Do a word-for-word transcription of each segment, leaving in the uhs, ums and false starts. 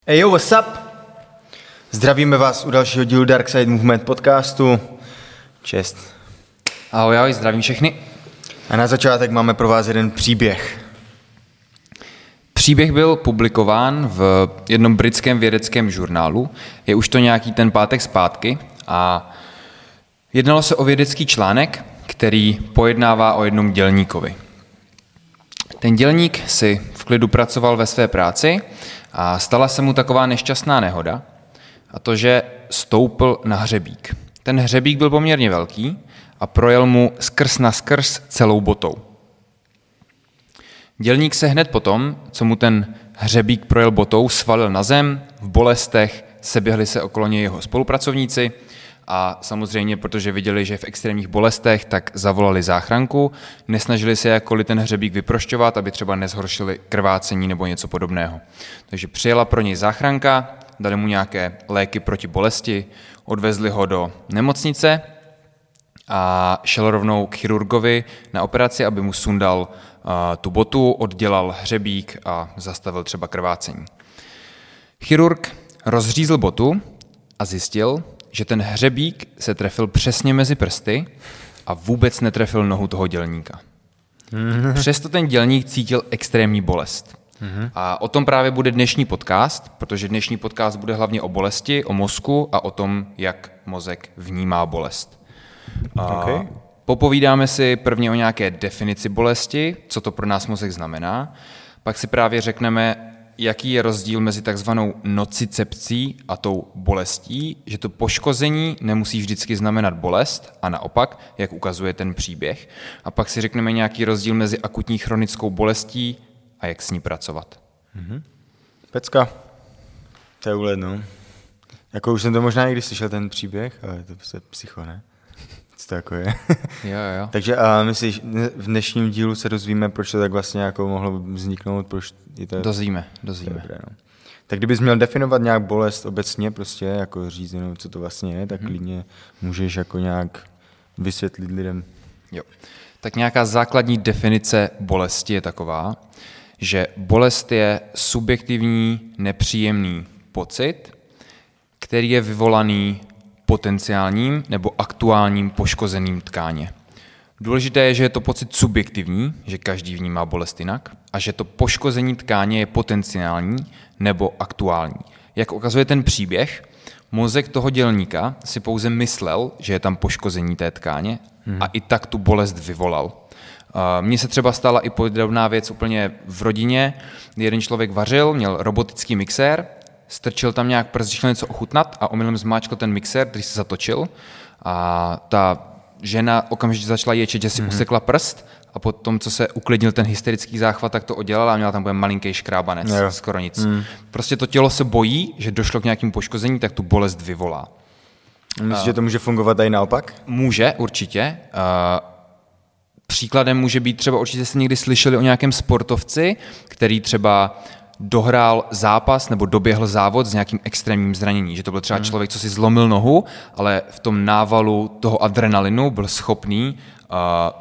Hey yo, what's up? Zdravíme vás u dalšího dílu Dark Side Movement podcastu. Čest. Ahoj, ahoj, zdravím všechny. A na začátek máme pro vás jeden příběh. Příběh byl publikován v jednom britském vědeckém žurnálu. Je už to nějaký ten pátek zpátky a jednalo se o vědecký článek, který pojednává o jednom dělníkovi. Ten dělník si v klidu pracoval ve své práci a stala se mu taková nešťastná nehoda, a to, že stoupl na hřebík. Ten hřebík byl poměrně velký a projel mu skrz na skrz celou botou. Dělník se hned potom, co mu ten hřebík projel botou, svalil na zem, v bolestech, seběhli se okolo něj jeho spolupracovníci a samozřejmě, protože viděli, že je v extrémních bolestech, tak zavolali záchranku, nesnažili se jakkoliv ten hřebík vyprošťovat, aby třeba nezhoršili krvácení nebo něco podobného. Takže přijela pro něj záchranka, dali mu nějaké léky proti bolesti, odvezli ho do nemocnice a šel rovnou k chirurgovi na operaci, aby mu sundal uh, tu botu, oddělal hřebík a zastavil třeba krvácení. Chirurg rozřízl botu a zjistil, že ten hřebík se trefil přesně mezi prsty a vůbec netrefil nohu toho dělníka. Mm-hmm. Přesto ten dělník cítil extrémní bolest. Mm-hmm. A o tom právě bude dnešní podcast, protože dnešní podcast bude hlavně o bolesti, o mozku a o tom, jak mozek vnímá bolest. Okay. Popovídáme si prvně o nějaké definici bolesti, co to pro nás mozek znamená, pak si právě řekneme, jaký je rozdíl mezi takzvanou nocicepcí a tou bolestí, že to poškození nemusí vždycky znamenat bolest a naopak, jak ukazuje ten příběh. A pak si řekneme nějaký rozdíl mezi akutní chronickou bolestí a jak s ní pracovat. Mm-hmm. Pecka. To je úlet, no. Jako už jsem to možná někdy slyšel ten příběh, ale je to prostě psycho, ne? Co to jako je? Jo, jo. Takže a myslíš, v dnešním dílu se dozvíme, proč to tak vlastně jako mohlo vzniknout, proč je to... Dozvíme, dozvíme. Dobré, no. Tak kdybys měl definovat nějak bolest obecně, prostě jako řízenou, co to vlastně je, tak hmm. klidně můžeš jako nějak vysvětlit lidem. Jo. Tak nějaká základní definice bolesti je taková, že bolest je subjektivní, nepříjemný pocit, který je vyvolaný potenciálním nebo aktuálním poškozením tkáně. Důležité je, že je to pocit subjektivní, že každý vnímá bolest jinak, a že to poškození tkáně je potenciální nebo aktuální. Jak ukazuje ten příběh, mozek toho dělníka si pouze myslel, že je tam poškození té tkáně hmm. a i tak tu bolest vyvolal. Mně se třeba stala i podobná věc úplně v rodině. Jeden člověk vařil, měl robotický mixér, strčil tam nějak prst, šel něco ochutnat a omylem zmáčkl ten mixér, který se zatočil a ta žena okamžitě začala ječet, že si mm-hmm. usekla prst a potom, co se uklidnil ten hysterický záchvat, tak to udělala a měla tam bude malinký škrábanec, jo. skoro nic. Mm. Prostě to tělo se bojí, že došlo k nějakému poškození, tak tu bolest vyvolá. Myslíš, uh, že to může fungovat i naopak? Může, určitě. Uh, příkladem může být třeba, určitě jste někdy slyšeli o nějakém sportovci, který třeba dohrál zápas nebo doběhl závod s nějakým extrémním zraněním. Že to byl třeba hmm. člověk, co si zlomil nohu, ale v tom návalu toho adrenalinu byl schopný uh,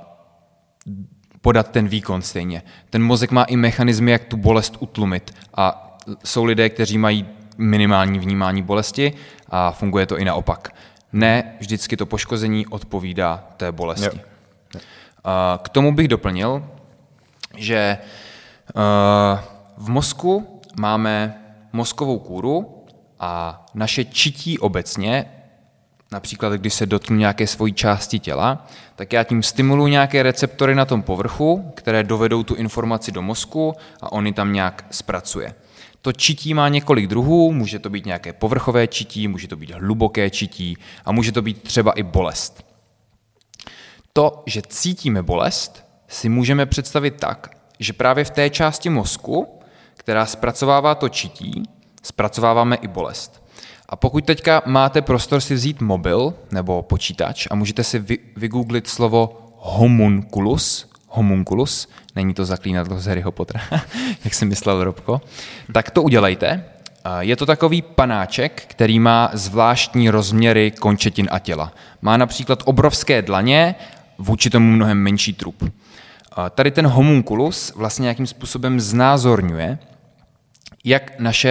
podat ten výkon stejně. Ten mozek má i mechanismy, jak tu bolest utlumit. A jsou lidé, kteří mají minimální vnímání bolesti a funguje to i naopak. Ne, vždycky to poškození odpovídá té bolesti. Jo. Jo. Uh, k tomu bych doplnil, že uh, v mozku máme mozkovou kůru a naše čití obecně, například když se dotknu nějaké svojí části těla, tak já tím stimuluji nějaké receptory na tom povrchu, které dovedou tu informaci do mozku a on ji tam nějak zpracuje. To čití má několik druhů, může to být nějaké povrchové čití, může to být hluboké čití a může to být třeba i bolest. To, že cítíme bolest, si můžeme představit tak, že právě v té části mozku, která zpracovává to čití, zpracováváme i bolest. A pokud teďka máte prostor si vzít mobil nebo počítač a můžete si vy, vygooglit slovo homunculus, homunculus, není to zaklínadlo z Harryho Pottera, jak jsem myslel, Robko, tak to udělejte. Je to takový panáček, který má zvláštní rozměry končetin a těla. Má například obrovské dlaně, vůči tomu mnohem menší trup. Tady ten homunculus vlastně nějakým způsobem znázorňuje, jak naše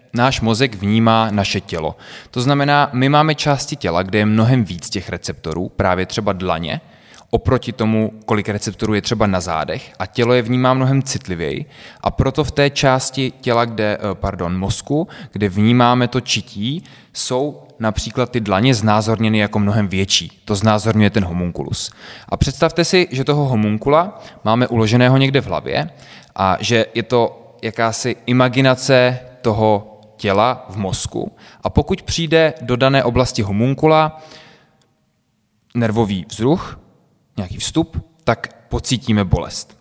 náš mozek vnímá naše tělo. To znamená, my máme části těla, kde je mnohem víc těch receptorů, právě třeba dlaně, oproti tomu, kolik receptorů je třeba na zádech a tělo je vnímá mnohem citlivěji a proto v té části těla, kde, pardon, mozku, kde vnímáme to čití, jsou například ty dlaně znázorněny jako mnohem větší. To znázorňuje ten homunculus. A představte si, že toho homuncula máme uloženého někde v hlavě a že je to jakási imaginace toho těla v mozku a pokud přijde do dané oblasti homuncula nervový vzruch, nějaký vstup, tak pocítíme bolest.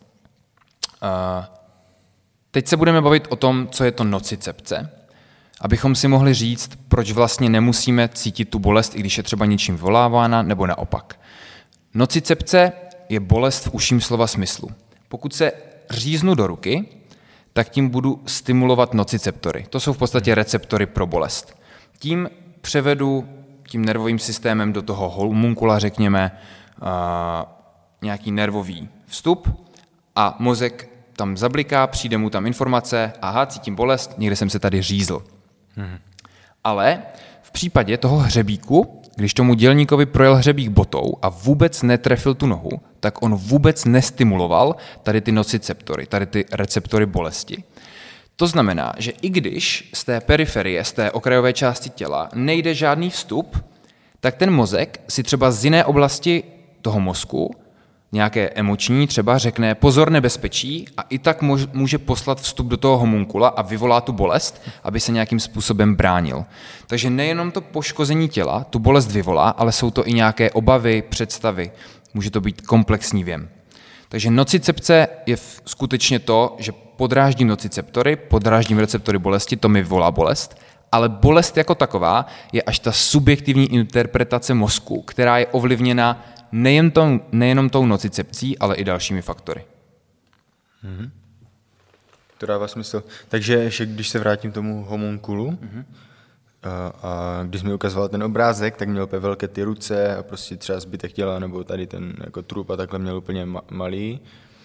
Teď se budeme bavit o tom, co je to nocicepce, abychom si mohli říct, proč vlastně nemusíme cítit tu bolest, i když je třeba něčím vyvolávána, nebo naopak. Nocicepce je bolest v užším slova smyslu. Pokud se říznu do ruky, tak tím budu stimulovat nociceptory. To jsou v podstatě receptory pro bolest. Tím převedu tím nervovým systémem do toho homuncula, řekněme, Uh, nějaký nervový vstup a mozek tam zabliká, přijde mu tam informace, aha, cítím bolest, někde jsem se tady řízl. Hmm. Ale v případě toho hřebíku, když tomu dělníkovi projel hřebík botou a vůbec netrefil tu nohu, tak on vůbec nestimuloval tady ty nociceptory, tady ty receptory bolesti. To znamená, že i když z té periferie, z té okrajové části těla nejde žádný vstup, tak ten mozek si třeba z jiné oblasti toho mozku, nějaké emoční třeba, řekne pozor nebezpečí a i tak může poslat vstup do toho homuncula a vyvolá tu bolest, aby se nějakým způsobem bránil. Takže nejenom to poškození těla tu bolest vyvolá, ale jsou to i nějaké obavy, představy. Může to být komplexní věm. Takže nocicepce je skutečně to, že podráždím nociceptory, podráždím receptory bolesti, to mi vyvolá bolest, ale bolest jako taková je až ta subjektivní interpretace mozku, která je ovlivněna nejen tou, nejenom tou nocicepcí, ale i dalšími faktory. Mm-hmm. To dává smysl. Takže že když se vrátím k tomu homunculu, mm-hmm. a, a když mi ukazoval ten obrázek, tak měl úplně velké ty ruce a prostě třeba zbytek těla, nebo tady ten jako trup a takhle měl úplně ma- malý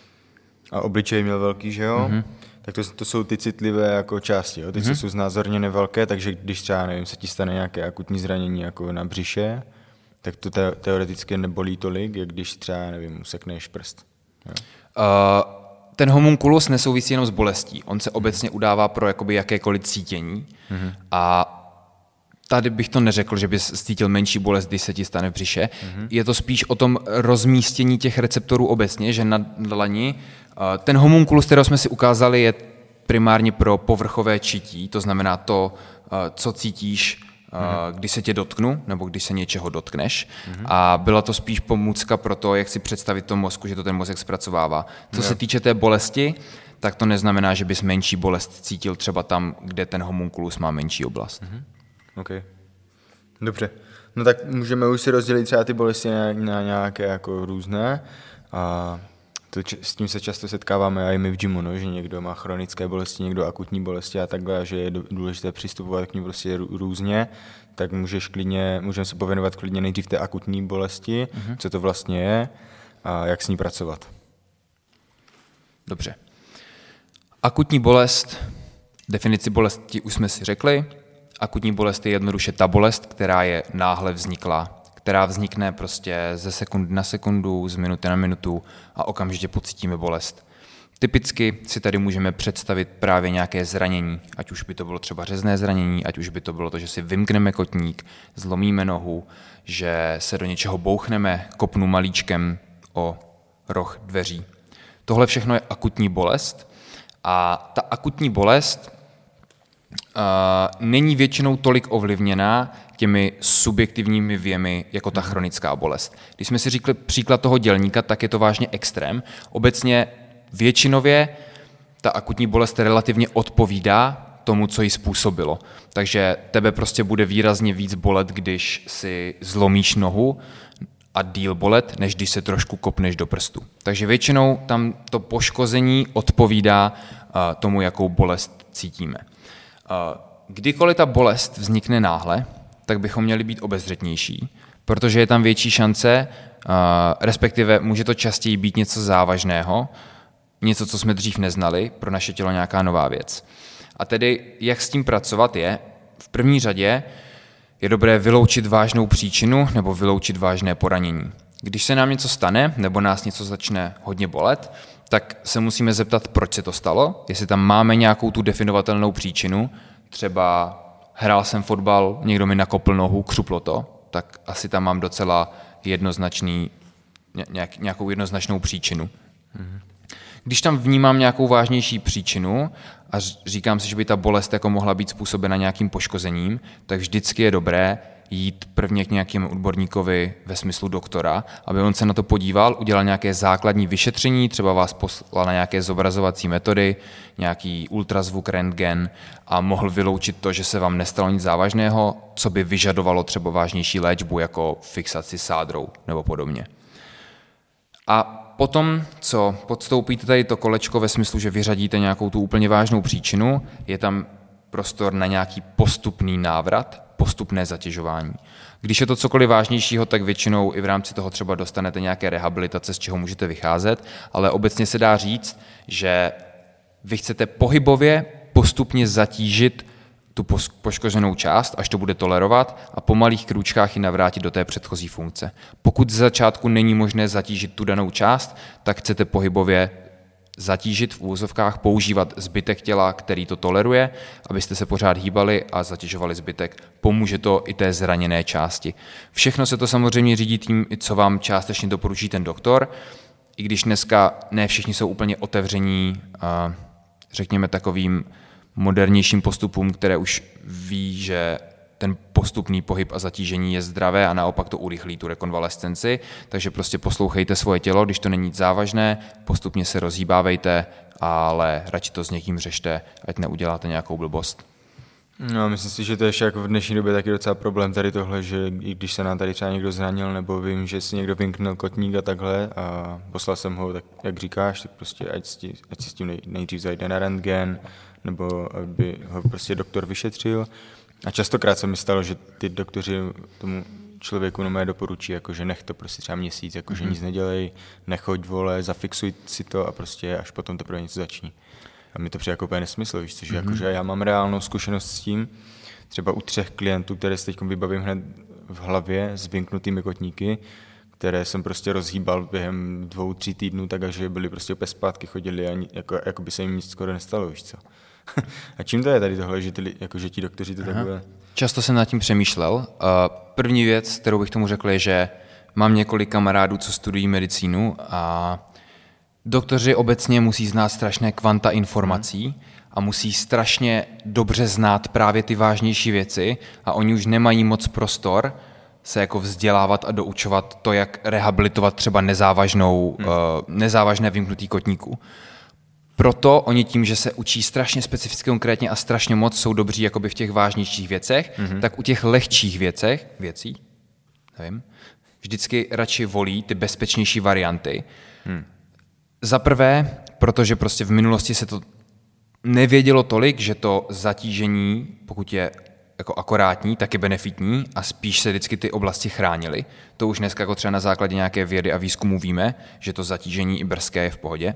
a obličej měl velký, že jo? Mm-hmm. Tak to, to jsou ty citlivé jako části, jo? Ty mm-hmm. jsou znázorněné velké, takže když třeba, nevím, se ti stane nějaké akutní zranění jako na břiše, tak to te- teoreticky nebolí tolik, jak když třeba, nevím, usekneš prst. Jo? Uh, ten homunculus nesouvisí jenom s bolestí. On se obecně udává pro jakoby jakékoliv cítění. Mm-hmm. A tady bych to neřekl, že bys cítil menší bolest, když se ti stane v břiše. Mm-hmm. Je to spíš o tom rozmístění těch receptorů obecně, že na dlani uh, ten homunculus, kterého jsme si ukázali, je primárně pro povrchové čití, to znamená to, uh, co cítíš, Mm-hmm. když se tě dotknu, nebo když se něčeho dotkneš. Mm-hmm. A byla to spíš pomůcka pro to, jak si představit tomu mozku, že to ten mozek zpracovává. Co yeah. se týče té bolesti, tak to neznamená, že bys menší bolest cítil třeba tam, kde ten homunculus má menší oblast. Mm-hmm. OK. Dobře. No tak můžeme už si rozdělit třeba ty bolesti na, na nějaké jako různé. A to, s tím se často setkáváme i my v gymu, no, že někdo má chronické bolesti, někdo akutní bolesti a takhle, že je důležité přistupovat k ní prostě různě, tak můžeš klidně, můžeme se pověnovat klidně nejdřív té akutní bolesti, mm-hmm. co to vlastně je a jak s ní pracovat. Dobře. Akutní bolest, definici bolesti už jsme si řekli. Akutní bolest je jednoduše ta bolest, která je náhle vzniklá, která vznikne prostě ze sekundy na sekundu, z minuty na minutu a okamžitě pocítíme bolest. Typicky si tady můžeme představit právě nějaké zranění, ať už by to bylo třeba řezné zranění, ať už by to bylo to, že si vymkneme kotník, zlomíme nohu, že se do něčeho bouchneme, kopnu malíčkem o roh dveří. Tohle všechno je akutní bolest a ta akutní bolest uh, není většinou tolik ovlivněná těmi subjektivními věmy jako ta chronická bolest. Když jsme si říkali příklad toho dělníka, tak je to vážně extrém. Obecně většinově ta akutní bolest relativně odpovídá tomu, co jí způsobilo. Takže tebe prostě bude výrazně víc bolet, když si zlomíš nohu a díl bolet, než když se trošku kopneš do prstu. Takže většinou tam to poškození odpovídá uh, tomu, jakou bolest cítíme. Uh, kdykoliv ta bolest vznikne náhle, tak bychom měli být obezřetnější, protože je tam větší šance, uh, respektive může to častěji být něco závažného, něco, co jsme dřív neznali, pro naše tělo nějaká nová věc. A tedy, jak s tím pracovat je, v první řadě je dobré vyloučit vážnou příčinu nebo vyloučit vážné poranění. Když se nám něco stane nebo nás něco začne hodně bolet, tak se musíme zeptat, proč se to stalo, jestli tam máme nějakou tu definovatelnou příčinu, třeba hrál jsem fotbal, někdo mi nakopl nohu, křuplo to, tak asi tam mám docela jednoznačný, nějak, nějakou jednoznačnou příčinu. Mm-hmm. Když tam vnímám nějakou vážnější příčinu a říkám si, že by ta bolest jako mohla být způsobena nějakým poškozením, tak vždycky je dobré jít prvně k nějakému odborníkovi ve smyslu doktora, aby on se na to podíval, udělal nějaké základní vyšetření, třeba vás poslal na nějaké zobrazovací metody, nějaký ultrazvuk, rentgen a mohl vyloučit to, že se vám nestalo nic závažného, co by vyžadovalo třeba vážnější léčbu jako fixaci sádrou nebo podobně. A potom, co podstoupíte tady to kolečko ve smyslu, že vyřadíte nějakou tu úplně vážnou příčinu, je tam prostor na nějaký postupný návrat, postupné zatěžování. Když je to cokoliv vážnějšího, tak většinou i v rámci toho třeba dostanete nějaké rehabilitace, z čeho můžete vycházet, ale obecně se dá říct, že vy chcete pohybově postupně zatížit tu poškozenou část, až to bude tolerovat a po malých krůčkách ji navrátit do té předchozí funkce. Pokud z začátku není možné zatížit tu danou část, tak chcete pohybově zatížit v úvozovkách, používat zbytek těla, který to toleruje, abyste se pořád hýbali a zatěžovali zbytek. Pomůže to i té zraněné části. Všechno se to samozřejmě řídí tím, co vám částečně doporučí ten doktor, i když dneska ne všichni jsou úplně otevření, řekněme, takovým modernějším postupům, které už ví, že ten postupný pohyb a zatížení je zdravé a naopak to urychlí tu rekonvalescenci, takže prostě poslouchejte svoje tělo, když to není nic závažné, postupně se rozhýbávejte, ale radši to s někým řešte, ať neuděláte nějakou blbost. No, myslím si, že to je ještě jako v dnešní době taky docela problém tady tohle, že i když se nám tady třeba někdo zranil, nebo vím, že si někdo vynknul kotník a takhle a poslal jsem ho, tak jak říkáš, tak prostě ať si, ať si s tím nej, nejdřív zajde na rentgen, nebo aby ho prostě doktor vyšetřil. A častokrát se mi stalo, že ty doktoři tomu člověku nomé doporučí, jako že nech to prostě třeba měsíc, jako že mm-hmm. nic nedělej, nechoď, vole, zafixuj si to a prostě až potom teprve něco začni. A mi to přijde jako úplně nesmysl, víš co, že mm-hmm. jakože já mám reálnou zkušenost s tím, třeba u třech klientů, které si teď vybavím hned v hlavě s vynknutými kotníky, které jsem prostě rozhýbal během dvou, tří týdnů, tak že byli prostě opět zpátky, chodili a jako, jako by se jim nic skoro nestalo, víš co. A čím to je tady tohle, že, ty, jako, že ti doktoři to takové? Často jsem nad tím přemýšlel. První věc, kterou bych tomu řekl, je, že mám několik kamarádů, co studují medicínu a doktoři obecně musí znát strašné kvanta informací a musí strašně dobře znát právě ty vážnější věci a oni už nemají moc prostor se jako vzdělávat a doučovat to, jak rehabilitovat třeba nezávažnou, hmm. nezávažné vymknutí kotníku. Proto oni tím, že se učí strašně specificky konkrétně a strašně moc jsou dobří jakoby v těch vážnějších věcech, mm-hmm. tak u těch lehčích věcech, věcí, nevím, vždycky radši volí ty bezpečnější varianty. Hmm. Za prvé, protože prostě v minulosti se to nevědělo tolik, že to zatížení, pokud je jako akorátní, tak je benefitní a spíš se vždycky ty oblasti chránily. To už dneska jako třeba na základě nějaké vědy a výzkumu víme, že to zatížení i brzké je v pohodě.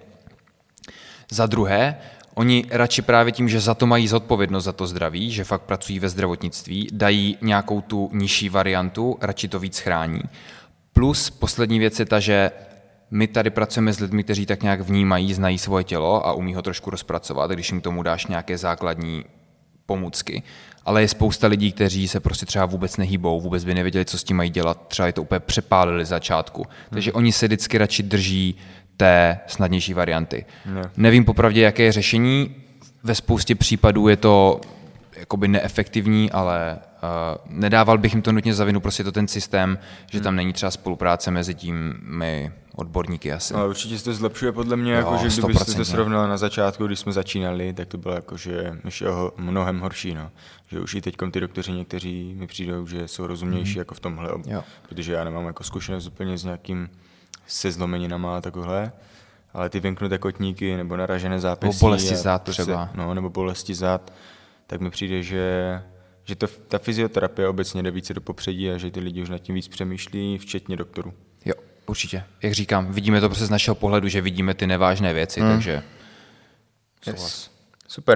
Za druhé, oni radši právě tím, že za to mají zodpovědnost za to zdraví, že fakt pracují ve zdravotnictví, dají nějakou tu nižší variantu, radši to víc chrání. Plus poslední věc je ta, že my tady pracujeme s lidmi, kteří tak nějak vnímají, znají svoje tělo a umí ho trošku rozpracovat, když jim k tomu dáš nějaké základní pomůcky. Ale je spousta lidí, kteří se prostě třeba vůbec nehýbou, vůbec by nevěděli, co s tím mají dělat, třeba je to úplně přepálili z začátku. Hmm. Takže oni se vždycky radši drží té snadnější varianty. Ne. Nevím popravdě, jaké je řešení. Ve spoustě případů je to jakoby neefektivní, ale uh, nedával bych jim to nutně za vinu, prostě to ten systém, že tam není třeba spolupráce mezi těmi odborníky asi. Ale určitě se to zlepšuje podle mě, jo, jako, že kdybyste to srovnal na začátku, když jsme začínali, tak to bylo jako, že ještě mnohem horší. No. Že už i teď ty doktoři někteří mi přijdou, že jsou rozumnější mm. jako v tomhle, jo. Protože já nemám jako zkušenost úplně s nějakým se zlomeninama a takhle, ale ty vynknuté kotníky nebo naražené zápěstí. Nebo bolesti zad třeba. No, nebo bolesti zad, tak mi přijde, že, že to, ta fyzioterapie obecně jde více do popředí a že ty lidi už nad tím víc přemýšlí, včetně doktorů. Jo, určitě. Jak říkám, vidíme to prostě z našeho pohledu, že vidíme ty nevážné věci, hmm. takže yes. Super.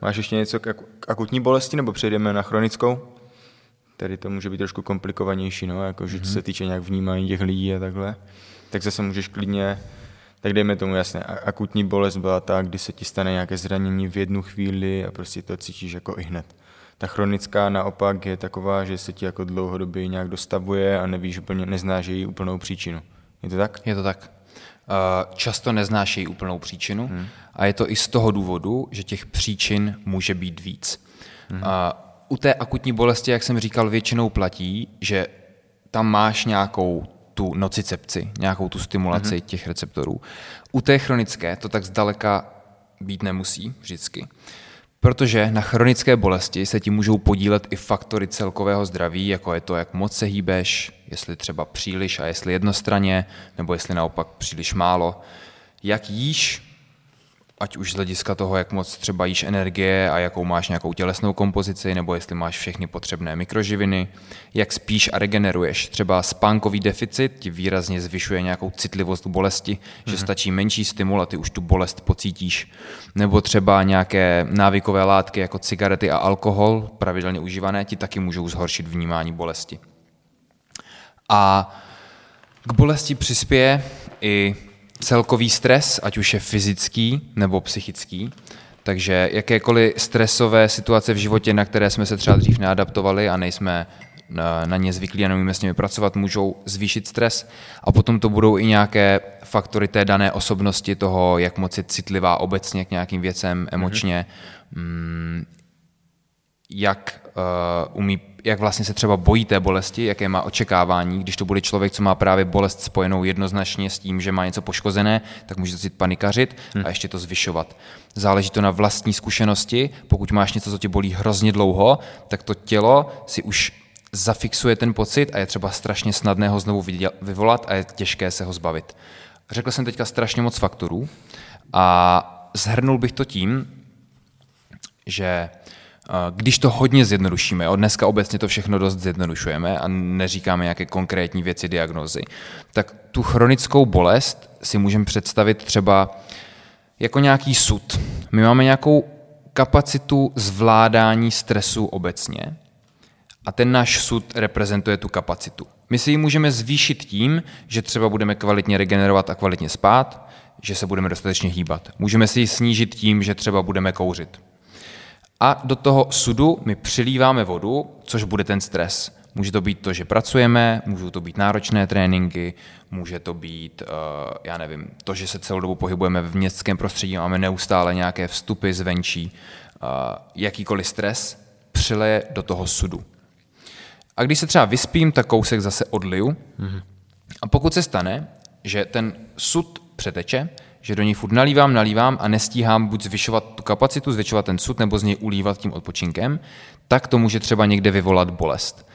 Máš ještě něco k, k akutní bolesti, nebo přejdeme na chronickou? Tady to může být trošku komplikovanější, no, jako, že mm-hmm. se týče nějak vnímání těch lidí a takhle. Tak zase můžeš klidně, tak dejme tomu jasně, akutní bolest byla ta, kdy se ti stane nějaké zranění v jednu chvíli a prostě to cítíš jako i hned. Ta chronická naopak je taková, že se ti jako dlouhodobě nějak dostavuje a nevíš úplně, neznáš její úplnou příčinu. Je to tak? Je to tak. Často neznáš její úplnou příčinu hmm. a je to i z toho důvodu, že těch příčin může být víc. Hmm. U té akutní bolesti, jak jsem říkal, většinou platí, že tam máš nějakou tu nocicepci, nějakou tu stimulaci hmm. těch receptorů. U té chronické to tak zdaleka být nemusí vždycky. Protože na chronické bolesti se ti můžou podílet i faktory celkového zdraví, jako je to, jak moc se hýbeš, jestli třeba příliš a jestli jednostranně, nebo jestli naopak příliš málo. Jak jíš, ať už z hlediska toho, jak moc třeba jíš energie a jakou máš nějakou tělesnou kompozici, nebo jestli máš všechny potřebné mikroživiny, jak spíš a regeneruješ. Třeba spánkový deficit ti výrazně zvyšuje nějakou citlivost bolesti, mm-hmm. že stačí menší stimul a ty už tu bolest pocítíš. Nebo třeba nějaké návykové látky jako cigarety a alkohol, pravidelně užívané, ti taky můžou zhoršit vnímání bolesti. A k bolesti přispěje i celkový stres, ať už je fyzický nebo psychický, takže jakékoliv stresové situace v životě, na které jsme se třeba dřív neadaptovali a nejsme na, na ně zvyklí a neumíme s nimi pracovat, můžou zvýšit stres a potom to budou i nějaké faktory té dané osobnosti, toho, jak moc je citlivá obecně k nějakým věcem emočně, mm-hmm. jak uh, umí, jak vlastně se třeba bojí té bolesti, jaké má očekávání. Když to bude člověk, co má právě bolest spojenou jednoznačně s tím, že má něco poškozené, tak může začít panikařit hmm. a ještě to zvyšovat. Záleží to na vlastní zkušenosti. Pokud máš něco, co tě bolí hrozně dlouho, tak to tělo si už zafixuje ten pocit a je třeba strašně snadné ho znovu vyvolat a je těžké se ho zbavit. Řekl jsem teďka strašně moc faktorů a shrnul bych to tím, že když to hodně zjednodušíme, od dneska obecně to všechno dost zjednodušujeme a neříkáme nějaké konkrétní věci, diagnózy, tak tu chronickou bolest si můžeme představit třeba jako nějaký sud. My máme nějakou kapacitu zvládání stresu obecně a ten náš sud reprezentuje tu kapacitu. My si ji můžeme zvýšit tím, že třeba budeme kvalitně regenerovat a kvalitně spát, že se budeme dostatečně hýbat. Můžeme si ji snížit tím, že třeba budeme kouřit. A do toho sudu my přilíváme vodu, což bude ten stres. Může to být to, že pracujeme, můžou to být náročné tréninky, může to být, já nevím, to, že se celou dobu pohybujeme v městském prostředí, máme neustále nějaké vstupy zvenčí, jakýkoliv stres přileje do toho sudu. A když se třeba vyspím, tak kousek zase odliju. Mm-hmm. A pokud se stane, že ten sud přeteče, že do něj furt nalívám, nalívám a nestíhám buď zvyšovat tu kapacitu, zvětšovat ten sud, nebo z něj ulívat tím odpočinkem, tak to může třeba někde vyvolat bolest.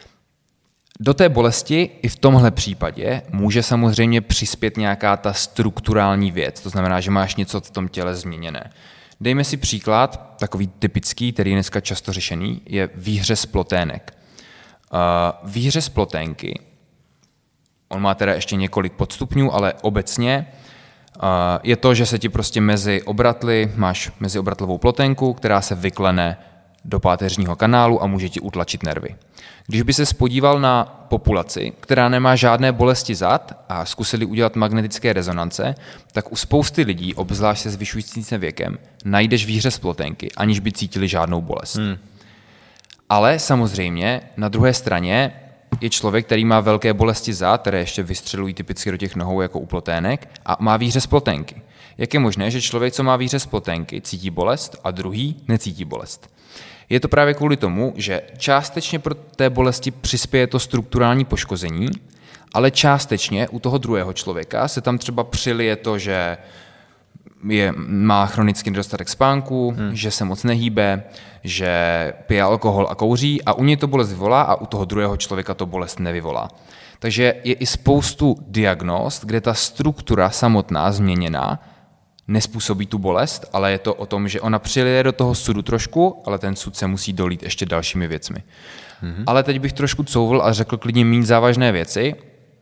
Do té bolesti i v tomhle případě může samozřejmě přispět nějaká ta strukturální věc, to znamená, že máš něco v tom těle změněné. Dejme si příklad, takový typický, který je dneska často řešený, je výhřez plotének. Výhřez ploténky, on má teda ještě několik podstupňů, ale obecně je to, že se ti prostě mezi obratly, máš meziobratlovou ploténku, která se vyklene do páteřního kanálu a může ti utlačit nervy. Když by se podíval na populaci, která nemá žádné bolesti zad a zkusili udělat magnetické rezonance, tak u spousty lidí, obzvlášť se zvyšujícím se věkem, najdeš výhřez ploténky, aniž by cítili žádnou bolest. Hmm. Ale samozřejmě na druhé straně je člověk, který má velké bolesti zad, které ještě vystřelují typicky do těch nohou jako u plotének a má výhřez ploténky. Jak je možné, že člověk, co má výhřez ploténky, cítí bolest a druhý necítí bolest? Je to právě kvůli tomu, že částečně pro té bolesti přispěje to strukturální poškození, ale částečně u toho druhého člověka se tam třeba přilije to, že je, má chronický nedostatek spánku, hmm. že se moc nehýbe, že pije alkohol a kouří a u něj to bolest vyvolá a u toho druhého člověka to bolest nevyvolá. Takže je i spoustu diagnóz, kde ta struktura samotná změněná nespůsobí tu bolest, ale je to o tom, že ona přilije do toho sudu trošku, ale ten sud se musí dolít ještě dalšími věcmi. Hmm. Ale teď bych trošku couvl a řekl klidně méně závažné věci.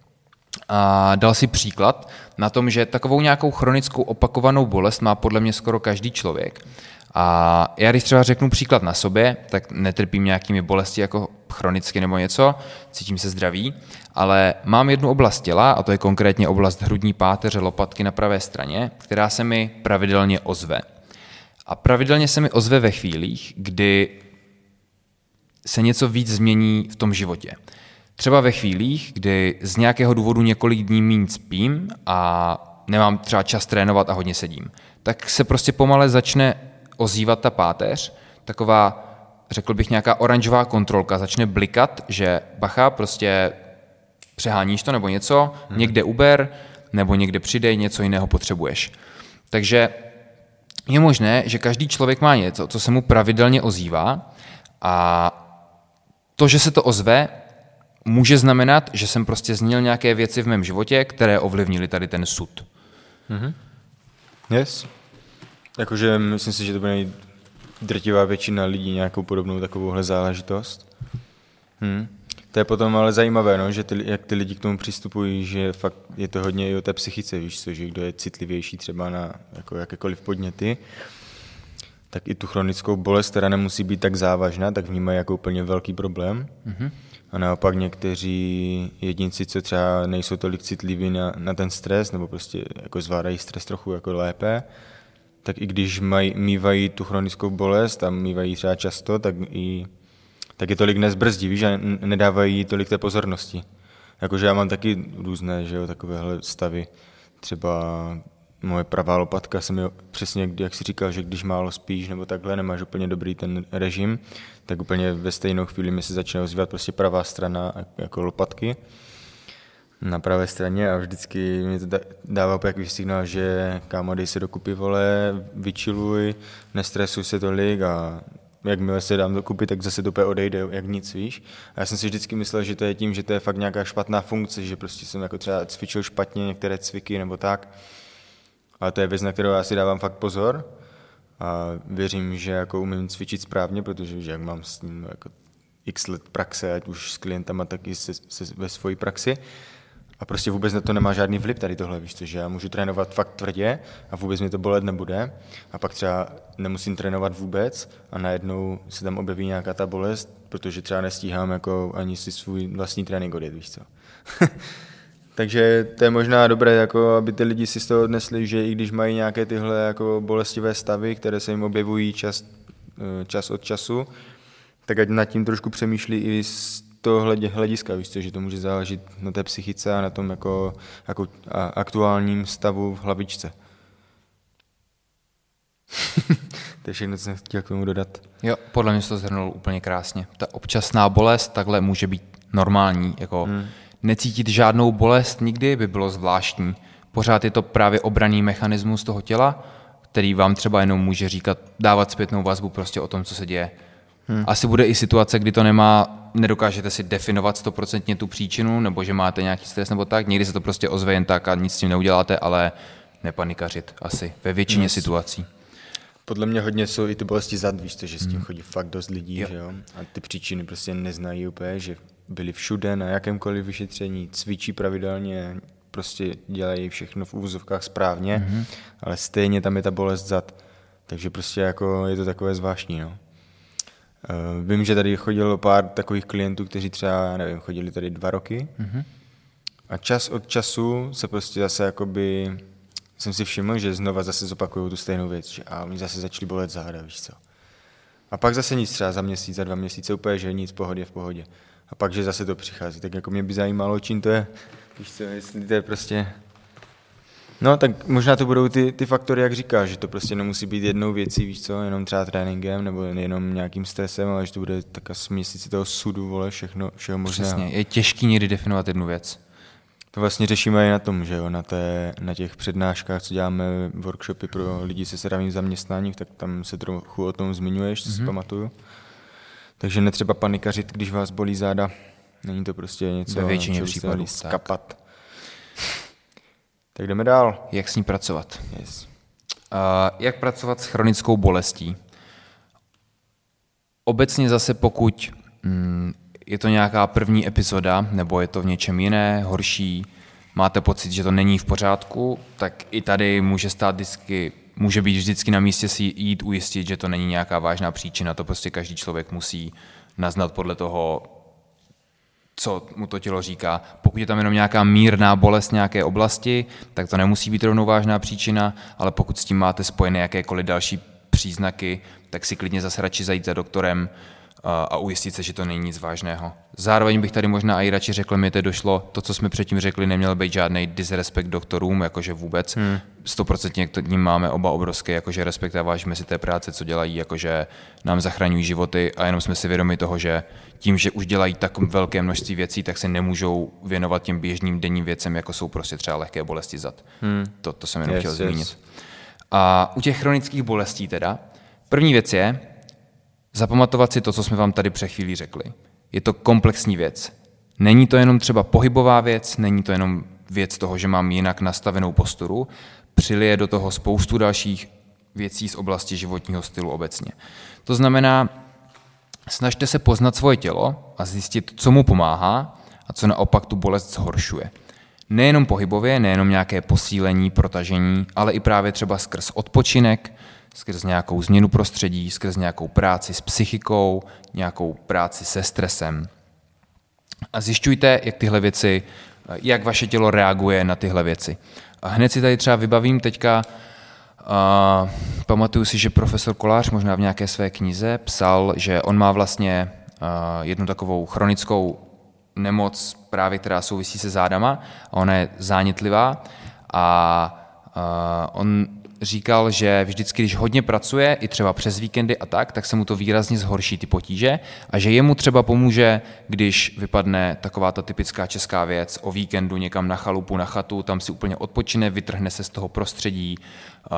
A dal si příklad na tom, že takovou nějakou chronickou opakovanou bolest má podle mě skoro každý člověk. A já když třeba řeknu příklad na sobě, tak netrpím nějakými bolesti jako chronicky nebo něco, cítím se zdravý, ale mám jednu oblast těla, a to je konkrétně oblast hrudní páteře, lopatky na pravé straně, která se mi pravidelně ozve. A pravidelně se mi ozve ve chvílích, kdy se něco víc změní v tom životě. Třeba ve chvílích, kdy z nějakého důvodu několik dní míň spím a nemám třeba čas trénovat a hodně sedím, tak se prostě pomale začne ozývat ta páteř, taková, řekl bych, nějaká oranžová kontrolka, začne blikat, že bacha, prostě přeháníš to nebo něco, hmm. někde uber, nebo někde přidej, něco jiného potřebuješ. Takže je možné, že každý člověk má něco, co se mu pravidelně ozývá a to, že se to ozve, může znamenat, že jsem prostě změnil nějaké věci v mém životě, které ovlivnily tady ten sud. Mm-hmm. Yes. Jakože myslím si, že to bude mít drtivá většina lidí nějakou podobnou takovouhle záležitost. Hmm. To je potom ale zajímavé, no, že ty, jak ty lidi k tomu přistupují, že fakt je to hodně i o té psychice, víš co, že kdo je citlivější třeba na jako jakékoliv podněty, tak i tu chronickou bolest, která nemusí být tak závažná, tak vnímají jako úplně velký problém. Mm-hmm. A naopak někteří jedinci, co třeba nejsou tolik citliví na, na ten stres, nebo prostě jako zvládají stres trochu jako lépe, tak i když maj, mývají tu chronickou bolest a mývají třeba často, tak i tak je tolik nezbrzdí, víš, a nedávají tolik té pozornosti. Jakože já mám taky různé, že jo, takovéhle stavy. Třeba moje pravá lopatka se mi přesně, jak jsi říkal, že když málo spíš nebo takhle, nemáš úplně dobrý ten režim, tak úplně ve stejnou chvíli mi se začne ozývat prostě pravá strana jako lopatky na pravé straně a vždycky mi to dává úplně takový signál, že kámo, dej se dokupy, vole, vyčiluj, nestresuj se tolik a jakmile se dám dokupy, tak zase to úplně odejde, jak nic, víš. A já jsem si vždycky myslel, že to je tím, že to je fakt nějaká špatná funkce, že prostě jsem jako třeba cvičil špatně některé cviky nebo tak. Ale to je věc, na kterou já si dávám fakt pozor a věřím, že jako umím cvičit správně, protože že jak mám s ním jako x let praxe, ať už s klientama, tak i se, se, ve svojí praxi. A prostě vůbec na to nemá žádný vliv tady tohle, víš co, že já můžu trénovat fakt tvrdě a vůbec mi to bolet nebude a pak třeba nemusím trénovat vůbec a najednou se tam objeví nějaká ta bolest, protože třeba nestíhám jako ani si svůj vlastní trénink odjet, víš co. Takže to je možná dobré, jako aby ty lidi si z toho odnesli, že i když mají nějaké tyhle jako bolestivé stavy, které se jim objevují čas, čas od času, tak ať nad tím trošku přemýšlí i z toho hlediska, víš co, že to může záležet na té psychice a na tom jako, jako aktuálním stavu v hlavičce. To je všechno, co jsem chtěl k tomu dodat. Jo, podle mě jsi to shrnul úplně krásně. Ta občasná bolest takhle může být normální, jako hmm. necítit žádnou bolest nikdy by bylo zvláštní. Pořád je to právě obranný mechanismus toho těla, který vám třeba jenom může říkat, dávat zpětnou vazbu prostě o tom, co se děje. Hmm. Asi bude i situace, kdy to nemá, nedokážete si definovat stoprocentně tu příčinu, nebo že máte nějaký stres nebo tak, někdy se to prostě ozve jen tak a nic s tím neuděláte, ale nepanikařit asi ve většině yes. situací. Podle mě hodně jsou i ty bolesti zad, víš to, že s tím chodí fakt dost lidí, jo. Že jo? A ty příčiny prostě neznají úplně, že byli všude na jakémkoliv vyšetření, cvičí pravidelně, prostě dělají všechno v úvozovkách správně, mm-hmm. ale stejně tam je ta bolest zad. Takže prostě jako je to takové zvláštní, no. Uh, vím, že tady chodilo pár takových klientů, kteří třeba, já nevím, chodili tady dva roky mm-hmm. a čas od času se prostě zase jakoby, jsem si všiml, že znova zase zopakují tu stejnou věc, že a oni zase začali bolet záda, víš co. A pak zase nic třeba za měsíc, za dva měsíce úplně, že nic, v pohodě, v pohodě. A pak, že zase to přichází, tak jako mě by zajímalo, čím to je, víš co, jestli to je prostě... No, tak možná to budou ty, ty faktory, jak říkáš, že to prostě nemusí být jednou věcí, víš co, jenom třeba tréninkem nebo jenom nějakým stresem, ale že to bude taká směsice toho sudu, vole, všechno, všeho možného. Přesně, je těžký někdy definovat jednu věc. To vlastně řešíme i na tom, že jo, na, té, na těch přednáškách, co děláme workshopy pro lidi se sedavým zaměstnáním, tak tam se trochu o tom zmiňuješ, co mm-hmm. si pamatuju. Takže netřeba panikařit, když vás bolí záda. Není to prostě něco, ve většině případů skapat. Tak jdeme dál. Jak s ní pracovat? Yes. Uh, jak pracovat s chronickou bolestí? Obecně zase pokud mm, je to nějaká první epizoda, nebo je to v něčem jiné, horší, máte pocit, že to není v pořádku, tak i tady může stát vždycky může být vždycky na místě si jít ujistit, že to není nějaká vážná příčina, to prostě každý člověk musí naznat podle toho, co mu to tělo říká. Pokud je tam jenom nějaká mírná bolest nějaké oblasti, tak to nemusí být rovnou vážná příčina, ale pokud s tím máte spojené jakékoliv další příznaky, tak si klidně zase radši zajít za doktorem a ujistit se, že to není nic vážného. Zároveň bych tady možná i radši řekl, mi to došlo, to, co jsme předtím řekli, neměl být žádný disrespekt doktorům, jakože vůbec. Stoprocentně hmm. k ním máme oba obrovský, jakože respekt a vážíme si té práce, co dělají, jakože nám zachraňují životy a jenom jsme si vědomi toho, že tím, že už dělají tak velké množství věcí, tak se nemůžou věnovat těm běžným denním věcem, jako jsou prostě třeba lehké bolesti zad. Hmm. To, to jsem jenom yes, chtěl yes. zmínit. A u těch chronických bolestí teda, první věc je, zapamatovat si to, co jsme vám tady před chvílí řekli. Je to komplexní věc. Není to jenom třeba pohybová věc, není to jenom věc toho, že mám jinak nastavenou posturu, přilije do toho spoustu dalších věcí z oblasti životního stylu obecně. To znamená, snažte se poznat svoje tělo a zjistit, co mu pomáhá a co naopak tu bolest zhoršuje. Nejenom pohybově, nejenom nějaké posílení, protažení, ale i právě třeba skrz odpočinek, skrz nějakou změnu prostředí, skrz nějakou práci s psychikou, nějakou práci se stresem. A zjišťujte, jak tyhle věci, jak vaše tělo reaguje na tyhle věci. A hned si tady třeba vybavím teďka, uh, pamatuju si, že profesor Kolář možná v nějaké své knize psal, že on má vlastně uh, jednu takovou chronickou nemoc, právě která souvisí se zádama, a ona je zánětlivá a uh, on říkal, že vždycky, když hodně pracuje, i třeba přes víkendy a tak, tak se mu to výrazně zhorší ty potíže a že jemu třeba pomůže, když vypadne taková ta typická česká věc o víkendu někam na chalupu, na chatu, tam si úplně odpočine, vytrhne se z toho prostředí, uh,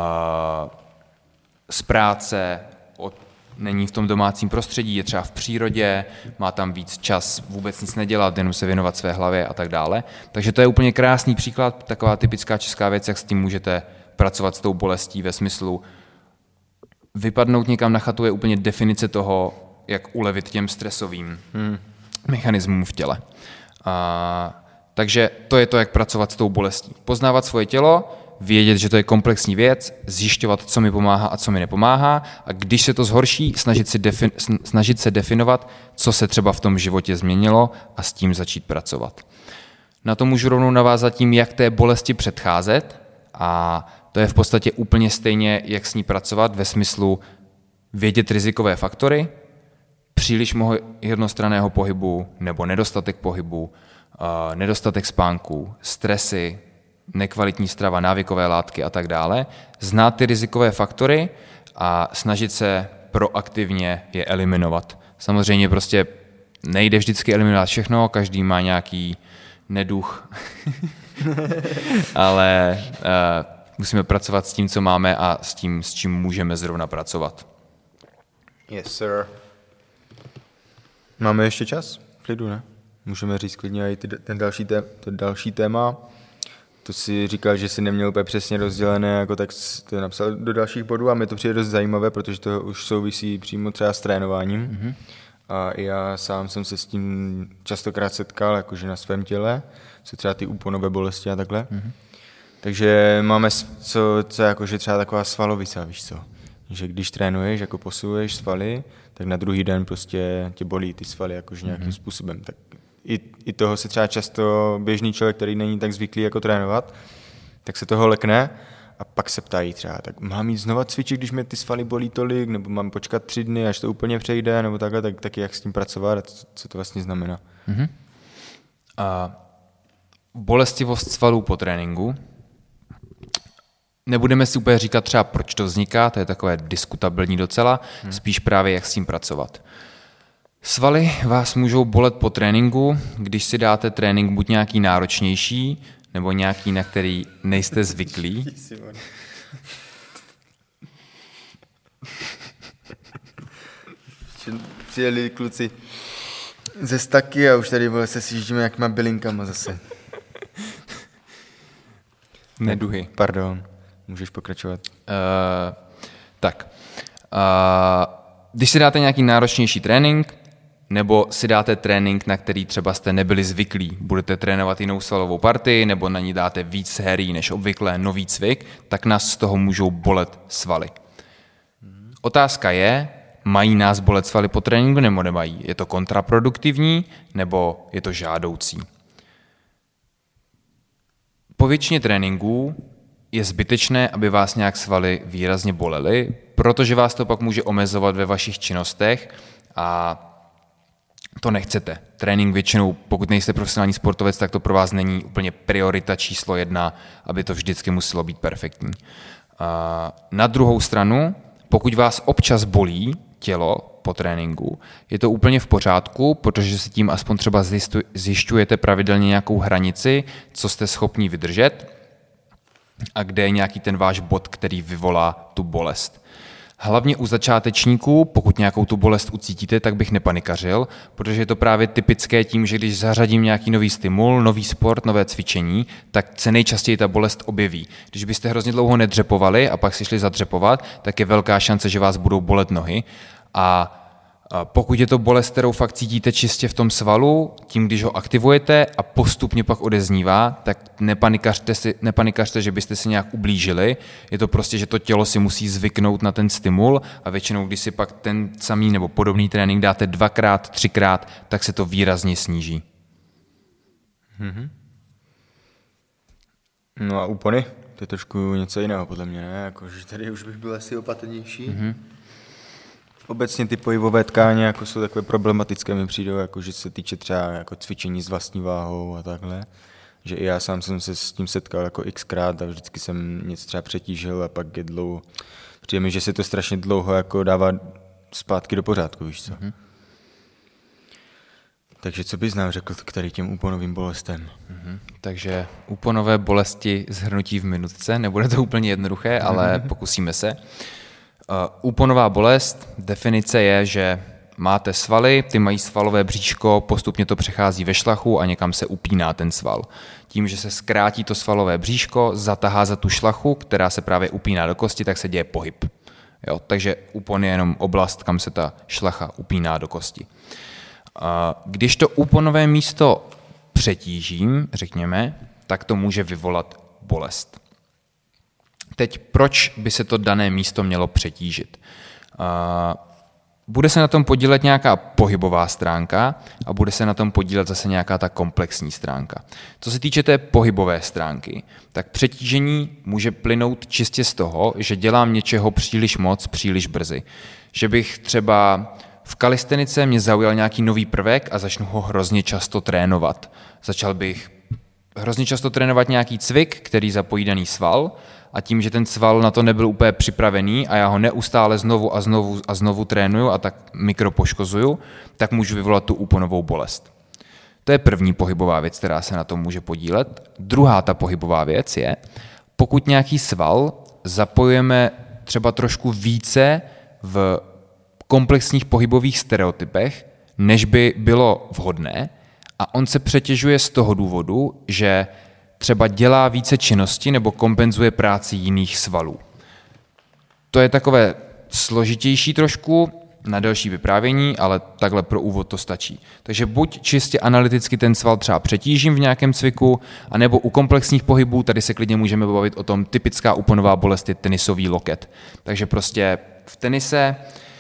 z práce, od, není v tom domácím prostředí, je třeba v přírodě, má tam víc čas vůbec nic nedělat, jenom se věnovat své hlavě a tak dále. Takže to je úplně krásný příklad, taková typická česká věc, jak s tím můžete pracovat s tou bolestí ve smyslu vypadnout někam na chatu je úplně definice toho, jak ulevit těm stresovým hmm. mechanismům v těle. A, takže to je to, jak pracovat s tou bolestí. Poznávat svoje tělo, vědět, že to je komplexní věc, zjišťovat, co mi pomáhá a co mi nepomáhá a když se to zhorší, snažit, si defin- snažit se definovat, co se třeba v tom životě změnilo a s tím začít pracovat. Na to můžu rovnou navázat tím, jak té bolesti předcházet a to je v podstatě úplně stejně, jak s ní pracovat ve smyslu vědět rizikové faktory, příliš mnoho jednostranného pohybu nebo nedostatek pohybu, nedostatek spánku, stresy, nekvalitní strava, návykové látky a tak dále, znát ty rizikové faktory a snažit se proaktivně je eliminovat. Samozřejmě prostě nejde vždycky eliminovat všechno, každý má nějaký neduch, ale uh, musíme pracovat s tím, co máme a s tím, s čím můžeme zrovna pracovat. Yes, sir. Máme ještě čas? V klidu, ne? Můžeme říct klidně i ty, ten další, té, to další téma. To si říkal, že si neměl úplně přesně rozdělené, jako tak to napsal do dalších bodů a mi to přijde dost zajímavé, protože to už souvisí přímo třeba s trénováním. Mm-hmm. A já sám jsem se s tím častokrát setkal, jakože na svém těle, co třeba ty úponové bolesti a takhle. Mm-hmm. Takže máme co, co jakože třeba taková svalovica, víš co. Že když trénuješ, jako posiluješ svaly, tak na druhý den prostě tě bolí ty svaly jakože nějakým mm-hmm. způsobem. Tak i, i toho se třeba často běžný člověk, který není tak zvyklý jako trénovat, tak se toho lekne a pak se ptají třeba, tak mám jít znova cvičit, když mě ty svaly bolí tolik, nebo mám počkat tři dny, až to úplně přejde, nebo takhle, tak, tak jak s tím pracovat a co, co to vlastně znamená. Mm-hmm. A bolestivost svalů po tréninku. Nebudeme si úplně říkat třeba, proč to vzniká, to je takové diskutabilní docela, hmm. spíš právě jak s tím pracovat. Svaly vás můžou bolet po tréninku, když si dáte trénink buď nějaký náročnější, nebo nějaký, na který nejste zvyklí. Přijeli kluci ze staky a už tady se sjíždíme jakýma bylinkama zase. Neduhy. Pardon. Můžeš pokračovat. Uh, tak. Uh, když si dáte nějaký náročnější trénink, nebo si dáte trénink, na který třeba jste nebyli zvyklí. Budete trénovat jinou svalovou partii, nebo na ní dáte víc sérií než obvykle, nový cvik, tak nás z toho můžou bolet svaly. Otázka je, mají nás bolet svaly po tréninku nebo nemají? Je to kontraproduktivní nebo je to žádoucí? Po většině tréninků je zbytečné, aby vás nějak svaly výrazně bolely, protože vás to pak může omezovat ve vašich činnostech a to nechcete. Trénink většinou, pokud nejste profesionální sportovec, tak to pro vás není úplně priorita číslo jedna, aby to vždycky muselo být perfektní. Na druhou stranu, pokud vás občas bolí tělo po tréninku, je to úplně v pořádku, protože si tím aspoň třeba zjišťujete pravidelně nějakou hranici, co jste schopni vydržet a kde je nějaký ten váš bod, který vyvolá tu bolest. Hlavně u začátečníků, pokud nějakou tu bolest ucítíte, tak bych nepanikařil, protože je to právě typické tím, že když zařadím nějaký nový stimul, nový sport, nové cvičení, tak se nejčastěji ta bolest objeví. Když byste hrozně dlouho nedřepovali a pak si šli zadřepovat, tak je velká šance, že vás budou bolet nohy. A pokud je to bolest, kterou fakt cítíte čistě v tom svalu, tím, když ho aktivujete a postupně pak odeznívá, tak nepanikařte, si, nepanikařte, že byste si nějak ublížili. Je to prostě, že to tělo si musí zvyknout na ten stimul a většinou, když si pak ten samý nebo podobný trénink dáte dvakrát, třikrát, tak se to výrazně sníží. Mm-hmm. No a úpony? To je trošku něco jiného podle mě, ne? Jako, že tady už bych byl asi opatrnější. Mm-hmm. Obecně ty pohybové tkáně jako jsou takové problematické, mi přijdou, jako, že se týče třeba jako cvičení s vlastní váhou a takhle. Že i já sám jsem se s tím setkal jako xkrát a vždycky jsem něco třeba přetížil a pak je dlouho. Přijde mi, že se to strašně dlouho jako dává zpátky do pořádku, víš co. Mm-hmm. Takže co bys nám řekl k tady těm úponovým bolestem? Mm-hmm. Takže úponové bolesti shrnutí v minutce, nebude to úplně jednoduché, mm-hmm. ale pokusíme se. Uh, úponová bolest, definice je, že máte svaly, ty mají svalové bříško, postupně to přechází ve šlachu a někam se upíná ten sval. Tím, že se zkrátí to svalové bříško, zatahá za tu šlachu, která se právě upíná do kosti, tak se děje pohyb. Jo? Takže úpon je jenom oblast, kam se ta šlacha upíná do kosti. Uh, když to úponové místo přetížím, řekněme, tak to může vyvolat bolest. Teď proč by se to dané místo mělo přetížit? Bude se na tom podílet nějaká pohybová stránka a bude se na tom podílet zase nějaká ta komplexní stránka. Co se týče té pohybové stránky, tak přetížení může plynout čistě z toho, že dělám něčeho příliš moc, příliš brzy. Že bych třeba v kalistenice mě zaujal nějaký nový prvek a začnu ho hrozně často trénovat. Začal bych hrozně často trénovat nějaký cvik, který zapojí daný sval, a tím, že ten sval na to nebyl úplně připravený a já ho neustále znovu a znovu a znovu trénuju a tak mikropoškozuju, tak můžu vyvolat tu úponovou bolest. To je první pohybová věc, která se na tom může podílet. Druhá ta pohybová věc je, pokud nějaký sval zapojujeme třeba trošku více v komplexních pohybových stereotypech, než by bylo vhodné, a on se přetěžuje z toho důvodu, že třeba dělá více činnosti nebo kompenzuje práci jiných svalů. To je takové složitější trošku na delší vyprávění, ale takhle pro úvod to stačí. Takže buď čistě analyticky ten sval třeba přetížím v nějakém cviku, anebo u komplexních pohybů, tady se klidně můžeme bavit o tom, typická úponová bolest je tenisový loket. Takže prostě v tenise,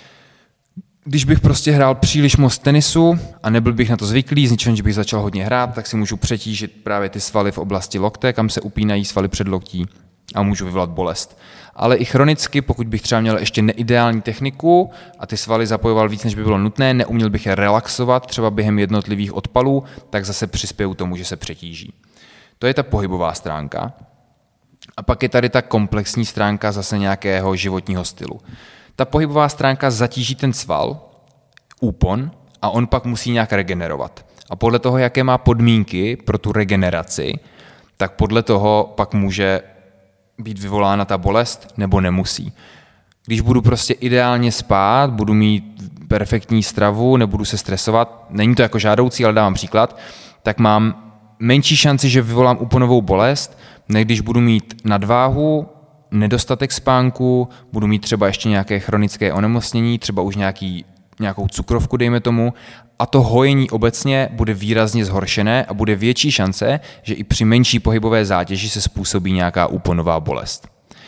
když bych prostě hrál příliš moc tenisu a nebyl bych na to zvyklý, z ničeho, že bych začal hodně hrát, tak si můžu přetížit právě ty svaly v oblasti lokte, kam se upínají svaly předloktí a můžu vyvolat bolest. Ale i chronicky, pokud bych třeba měl ještě neideální techniku a ty svaly zapojoval víc, než by bylo nutné, neuměl bych je relaxovat třeba během jednotlivých odpalů, tak zase přispěju tomu, že se přetíží. To je ta pohybová stránka. A pak je tady ta komplexní stránka zase nějakého životního stylu. Ta pohybová stránka zatíží ten sval, úpon, a on pak musí nějak regenerovat. A podle toho, jaké má podmínky pro tu regeneraci, tak podle toho pak může být vyvolána ta bolest, nebo nemusí. Když budu prostě ideálně spát, budu mít perfektní stravu, nebudu se stresovat, není to jako žádoucí, ale dávám příklad, tak mám menší šanci, že vyvolám úponovou bolest, než když budu mít nadváhu, nedostatek spánku, budu mít třeba ještě nějaké chronické onemocnění, třeba už nějaký nějakou cukrovku, dejme tomu, a to hojení obecně bude výrazně zhoršené a bude větší šance, že i při menší pohybové zátěži se způsobí nějaká úponová bolest.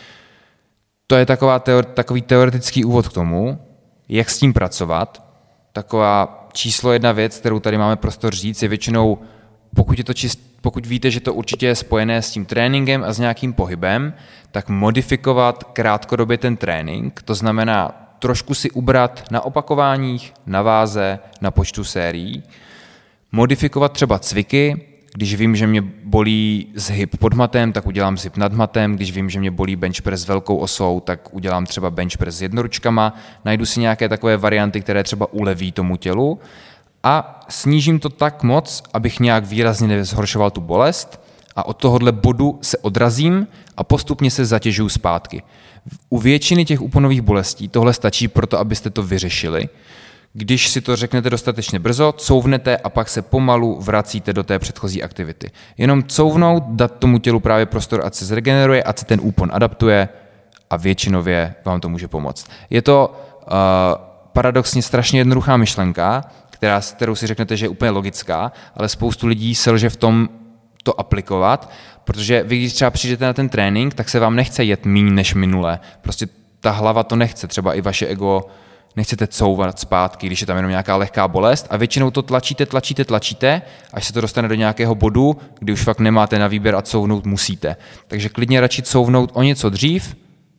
To je taková teor- takový teoretický úvod k tomu, jak s tím pracovat. Taková číslo jedna věc, kterou tady máme prostor říct, je většinou, pokud, je to čist, pokud víte, že to určitě je spojené s tím tréninkem a s nějakým pohybem, tak modifikovat krátkodobě ten trénink, to znamená trošku si ubrat na opakováních, na váze, na počtu sérií, modifikovat třeba cviky, když vím, že mě bolí zhyb pod matem, tak udělám zhyb nad matem, když vím, že mě bolí bench press s velkou osou, tak udělám třeba bench press s jednoručkama, najdu si nějaké takové varianty, které třeba uleví tomu tělu a snížím to tak moc, abych nějak výrazně nezhoršoval tu bolest a od tohohle bodu se odrazím a postupně se zatěžuju zpátky. U většiny těch úponových bolestí tohle stačí proto, abyste to vyřešili. Když si to řeknete dostatečně brzo, couvnete a pak se pomalu vracíte do té předchozí aktivity. Jenom couvnout, dát tomu tělu právě prostor, ať se zregeneruje, ať se ten úpon adaptuje a většinově vám to může pomoct. Je to uh, paradoxně strašně jednoduchá myšlenka, která, kterou si řeknete, že je úplně logická, ale spoustu lidí selže v tom to aplikovat, protože vy, když třeba přijdete na ten trénink, tak se vám nechce jet míň než minule. Prostě ta hlava to nechce, třeba i vaše ego nechcete couvat zpátky, když je tam jenom nějaká lehká bolest a většinou to tlačíte, tlačíte, tlačíte, až se to dostane do nějakého bodu, kdy už fakt nemáte na výběr a couvnout musíte. Takže klidně radši couvnout o něco dřív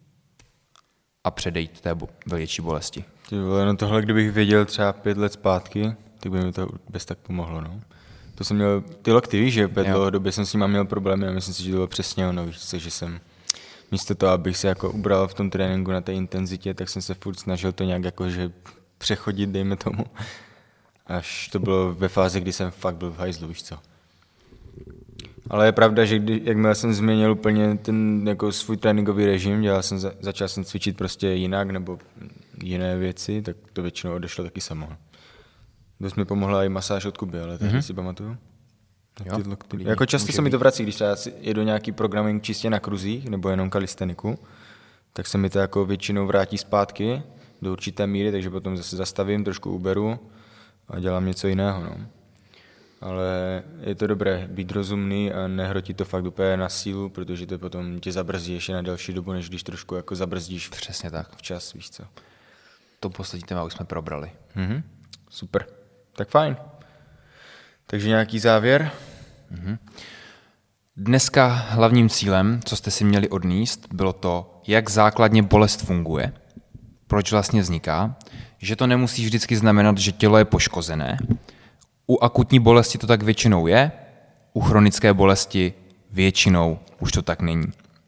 a předejít té větší bolesti. Ty vole, no tohle, kdybych věděl třeba pět let zpátky, tak by mi to bez tak pomohlo, no. To jsem měl, ty lokty, víš, že v dlouhodobě jsem s nimi měl problémy a myslím si, že to bylo přesně ono, víš co, že jsem místo toho, abych se jako ubral v tom tréninku na té intenzitě, tak jsem se furt snažil to nějak jako, že přechodit, dejme tomu, až to bylo ve fázi, kdy jsem fakt byl v hajzlu, víš co. Ale je pravda, že kdy, jakmile jsem změnil úplně ten jako svůj tréninkový režim, dělal jsem, začal jsem cvičit prostě jinak nebo jiné věci, tak to většinou odešlo taky samo. Dost mi pomohla i masáž od Kuby, ale tehdy mm-hmm. si pamatuju. Jo, jako často se mi to vrací, když já jedu nějaký programming čistě na kruzích nebo jenom kalisteniku, tak se mi to jako většinou vrátí zpátky do určité míry, takže potom zase zastavím, trošku uberu a dělám něco jiného. No. Ale je to dobré být rozumný a nehrotit to fakt úplně na sílu, protože to potom tě zabrzdí ještě na delší dobu, než když trošku jako zabrzdíš přesně tak včas, víš co. To poslední téma už jsme probrali. Mhm. Super. Tak fajn. Takže nějaký závěr? Mhm. Dneska hlavním cílem, co jste si měli odníst, bylo to, jak základně bolest funguje, proč vlastně vzniká, že to nemusí vždycky znamenat, že tělo je poškozené. U akutní bolesti to tak většinou je, u chronické bolesti většinou už to tak není.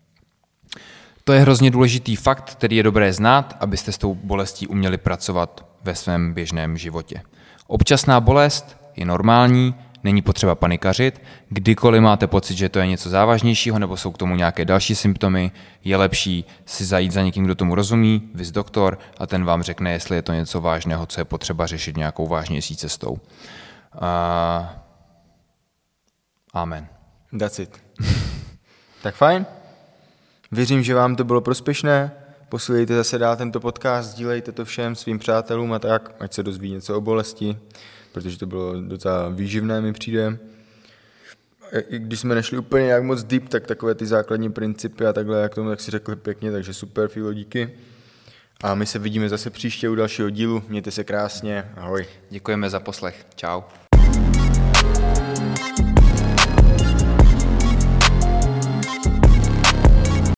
To je hrozně důležitý fakt, který je dobré znát, abyste s tou bolestí uměli pracovat ve svém běžném životě. Občasná bolest je normální, není potřeba panikařit. Kdykoliv máte pocit, že to je něco závažnějšího nebo jsou k tomu nějaké další symptomy, je lepší si zajít za někým, kdo tomu rozumí, viz doktor, a ten vám řekne, jestli je to něco vážného, co je potřeba řešit nějakou vážnější cestou. Uh, amen. That's it. Tak fajn. Věřím, že vám to bylo prospěšné. Posílejte zase dál tento podcast, sdílejte to všem svým přátelům a tak, ať se dozví něco o bolesti, protože to bylo docela výživné, mi přijde. I když jsme nešli úplně nějak moc deep, tak takové ty základní principy a takhle, jak tomu tak si řekli pěkně, takže super, Filo, díky. A my se vidíme zase příště u dalšího dílu. Mějte se krásně. Ahoj. Děkujeme za poslech. Čau.